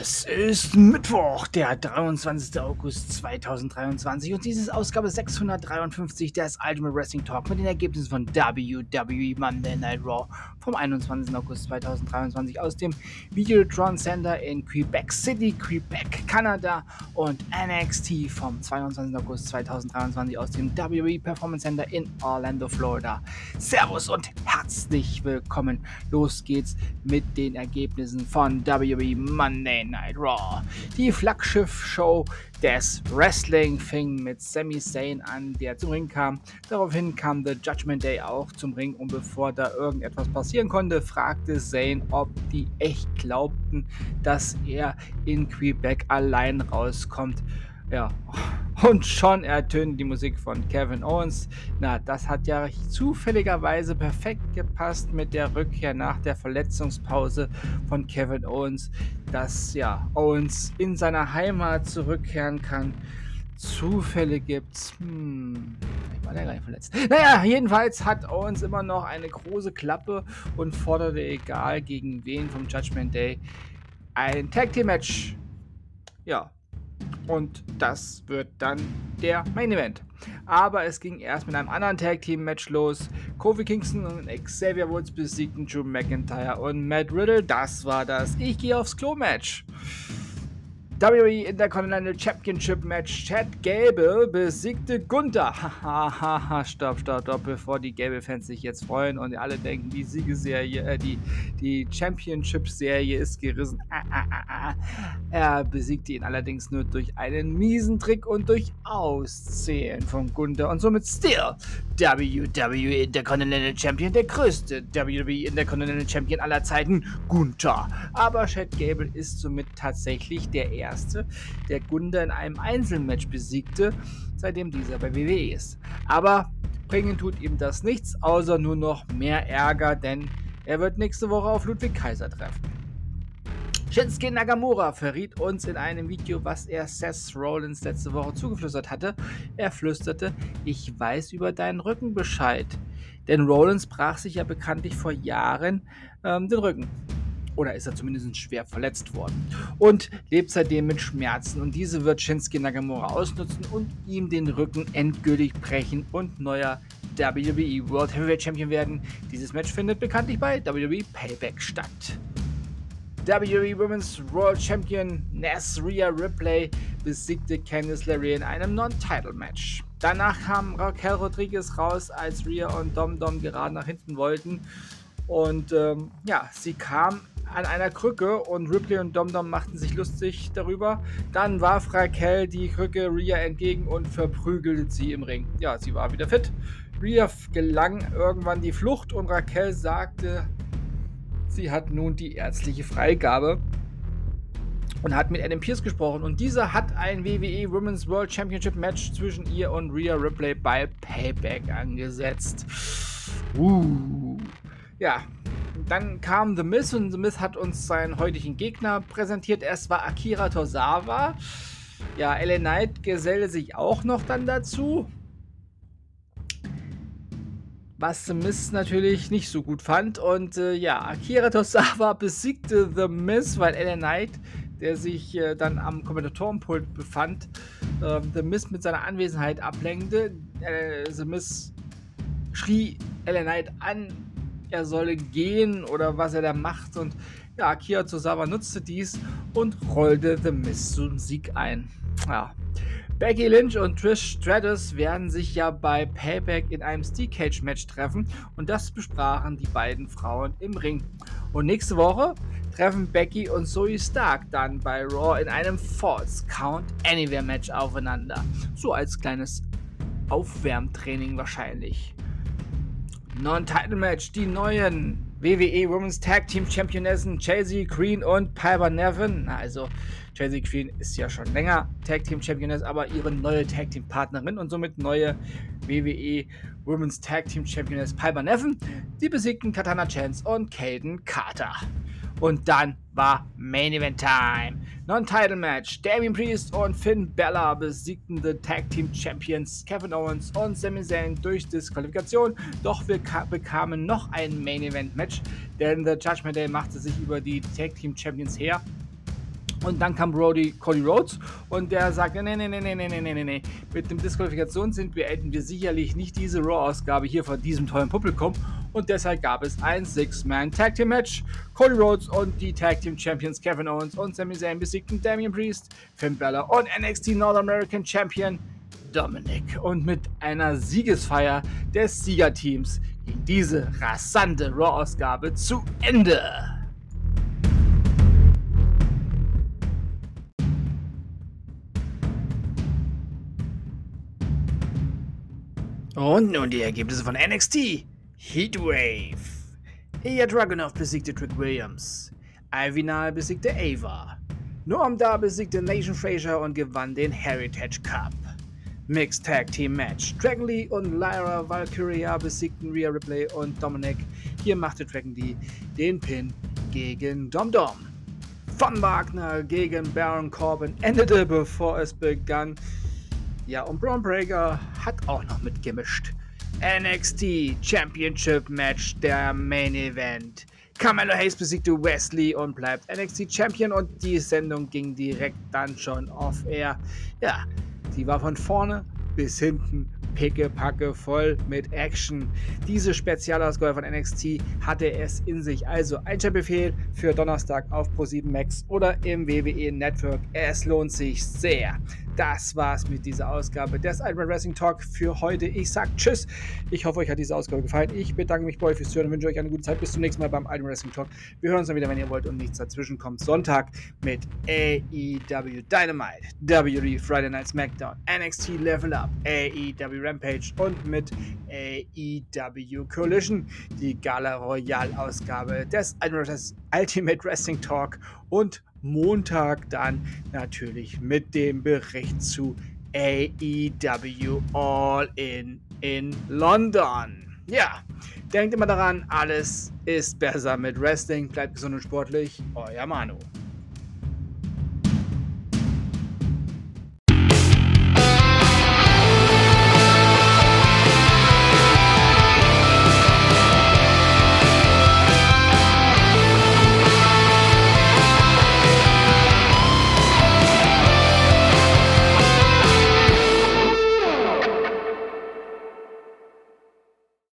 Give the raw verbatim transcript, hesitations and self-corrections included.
Es ist Mittwoch, der dreiundzwanzigster August zweitausenddreiundzwanzig und dies ist Ausgabe sechshundertdreiundfünfzig des Ultimate Wrestling Talk mit den Ergebnissen von W W E Monday Night Raw vom einundzwanzigsten August zweitausenddreiundzwanzig aus dem Videotron Center in Quebec City, Quebec, Kanada und N X T vom zweiundzwanzigsten August zweitausenddreiundzwanzig aus dem W W E Performance Center in Orlando, Florida. Servus und herzlich willkommen. Los geht's mit den Ergebnissen von W W E Monday Night Raw. Die Flaggschiff-Show des Wrestling fing mit Sami Zayn an, der zum Ring kam. Daraufhin kam The Judgment Day auch zum Ring und bevor da irgendetwas passieren konnte, fragte Zayn, ob die echt glaubten, dass er in Quebec allein rauskommt. Ja, und schon ertönte die Musik von Kevin Owens. Na, das hat ja zufälligerweise perfekt gepasst mit der Rückkehr nach der Verletzungspause von Kevin Owens, dass ja Owens in seiner Heimat zurückkehren kann. Zufälle gibt's. Hm, ich war ja gar nicht verletzt. Naja, jedenfalls hat Owens immer noch eine große Klappe und forderte, egal gegen wen vom Judgment Day, ein Tag Team Match. Ja. Und das wird dann der Main Event. Aber es ging erst mit einem anderen Tag Team Match los. Kofi Kingston und Xavier Woods besiegten Drew McIntyre und Matt Riddle. Das war das Ich gehe aufs Klo Match. W W E Intercontinental Championship Match. Chad Gable besiegte Gunther. Hahaha, stopp, stopp, stopp, bevor die Gable-Fans sich jetzt freuen und alle denken, die Siegeserie, äh, die, die Championship-Serie ist gerissen. Ah, ah, ah, ah. Er besiegte ihn allerdings nur durch einen miesen Trick und durch Auszählen von Gunther und somit still W W E Intercontinental Champion, der größte W W E Intercontinental Champion aller Zeiten, Gunther. Aber Chad Gable ist somit tatsächlich der erste, der Gunther in einem Einzelmatch besiegte, seitdem dieser bei W W E ist. Aber bringen tut ihm das nichts, außer nur noch mehr Ärger, denn er wird nächste Woche auf Ludwig Kaiser treffen. Shinsuke Nakamura verriet uns in einem Video, was er Seth Rollins letzte Woche zugeflüstert hatte. Er flüsterte, ich weiß über deinen Rücken Bescheid. Denn Rollins brach sich ja bekanntlich vor Jahren ähm, den Rücken. Oder ist er zumindest schwer verletzt worden. Und lebt seitdem mit Schmerzen. Und diese wird Shinsuke Nakamura ausnutzen und ihm den Rücken endgültig brechen und neuer W W E World Heavyweight Champion werden. Dieses Match findet bekanntlich bei W W E Payback statt. W W E Women's World Champion Ness Rhea Ripley besiegte Candice LeRae in einem Non-Title-Match. Danach kam Raquel Rodriguez raus, als Rhea und Dom Dom gerade nach hinten wollten. Und ähm, ja, sie kam an einer Krücke und Ripley und Dom Dom machten sich lustig darüber. Dann warf Raquel die Krücke Rhea entgegen und verprügelte sie im Ring. Ja, sie war wieder fit. Rhea gelang irgendwann die Flucht und Raquel sagte, sie hat nun die ärztliche Freigabe und hat mit Adam Pearce gesprochen. Und dieser hat ein W W E Women's World Championship Match zwischen ihr und Rhea Ripley bei Payback angesetzt. Uh. Ja, dann kam The Miz und The Miz hat uns seinen heutigen Gegner präsentiert. Es war Akira Tozawa. Ja, L A Knight gesellte sich auch noch dann dazu. Was The Miz natürlich nicht so gut fand. Und äh, ja, Akira Tozawa besiegte The Miz, weil L A Knight, der sich äh, dann am Kommentatorenpult befand, äh, The Miz mit seiner Anwesenheit ablenkte. Äh, The Miz schrie L A Knight an, er solle gehen oder was er da macht. Und ja, Akira Tozawa nutzte dies und rollte The Miz zum Sieg ein. Ja. Becky Lynch und Trish Stratus werden sich ja bei Payback in einem Steel Cage Match treffen und das besprachen die beiden Frauen im Ring. Und nächste Woche treffen Becky und Zoe Stark dann bei Raw in einem Falls Count Anywhere Match aufeinander. So als kleines Aufwärmtraining wahrscheinlich. Non-Title Match, die neuen W W E Women's Tag Team Championessen Chelsea Green und Piper Niven. Also Chelsea Green ist ja schon länger Tag Team Championess, aber ihre neue Tag Team Partnerin und somit neue W W E Women's Tag Team Championess Piper Niven. Die besiegten Katana Chance und Kayden Carter. Und dann war Main Event Time. Non-Title Match. Damian Priest und Finn Balor besiegten die Tag Team Champions Kevin Owens und Sami Zayn durch Disqualifikation. Doch wir bekamen noch ein Main Event Match, denn The Judgment Day machte sich über die Tag Team Champions her Und dann kam Brody, Cody Rhodes und der sagte, nee, nee, nee, nee, nee, nee, nee, nee, mit dem Disqualifikation sind wir, hätten wir sicherlich nicht diese Raw-Ausgabe hier von diesem tollen Publikum und deshalb gab es ein Six-Man-Tag-Team-Match. Cody Rhodes und die Tag-Team-Champions Kevin Owens und Sami Zayn besiegten Damian Priest, Finn Balor und N X T North American Champion Dominic. Und mit einer Siegesfeier des Siegerteams ging diese rasante Raw-Ausgabe zu Ende. Und nun die Ergebnisse von N X T. Heatwave. Ilya Dragunov besiegte Trick Williams. Alvinal besiegte Ava. Noam Dar besiegte Nation Frazier und gewann den Heritage Cup. Mixed Tag Team Match. Dragon Lee und Lyra Valkyria besiegten Rhea Ripley und Dominic. Hier machte Dragon Lee den Pin gegen Dom Dom. Von Wagner gegen Baron Corbin endete, bevor es begann. Ja, und Braun Breaker hat auch noch mitgemischt. N X T Championship Match, der Main Event. Carmelo Hayes besiegte Wesley und bleibt N X T Champion und die Sendung ging direkt dann schon off air. Ja, die war von vorne bis hinten pickepacke voll mit Action. Diese Spezialausgabe von N X T hatte es in sich. Also Einschaltbefehl für Donnerstag auf Pro sieben Max oder im W W E Network. Es lohnt sich sehr. Das war's mit dieser Ausgabe des Ultimate Wrestling Talk für heute. Ich sag Tschüss. Ich hoffe, euch hat diese Ausgabe gefallen. Ich bedanke mich bei euch fürs Zuhören und wünsche euch eine gute Zeit. Bis zum nächsten Mal beim Ultimate Wrestling Talk. Wir hören uns dann wieder, wenn ihr wollt und nichts dazwischen kommt. Sonntag mit A E W Dynamite, W W E Friday Night SmackDown, N X T Level Up, A E W Rampage und mit A E W Collision die Gala Royale Ausgabe des Ultimate Wrestling Talk und Montag dann natürlich mit dem Bericht zu A E W All In in London. Ja, denkt immer daran, alles ist besser mit Wrestling. Bleibt gesund und sportlich. Euer Manu.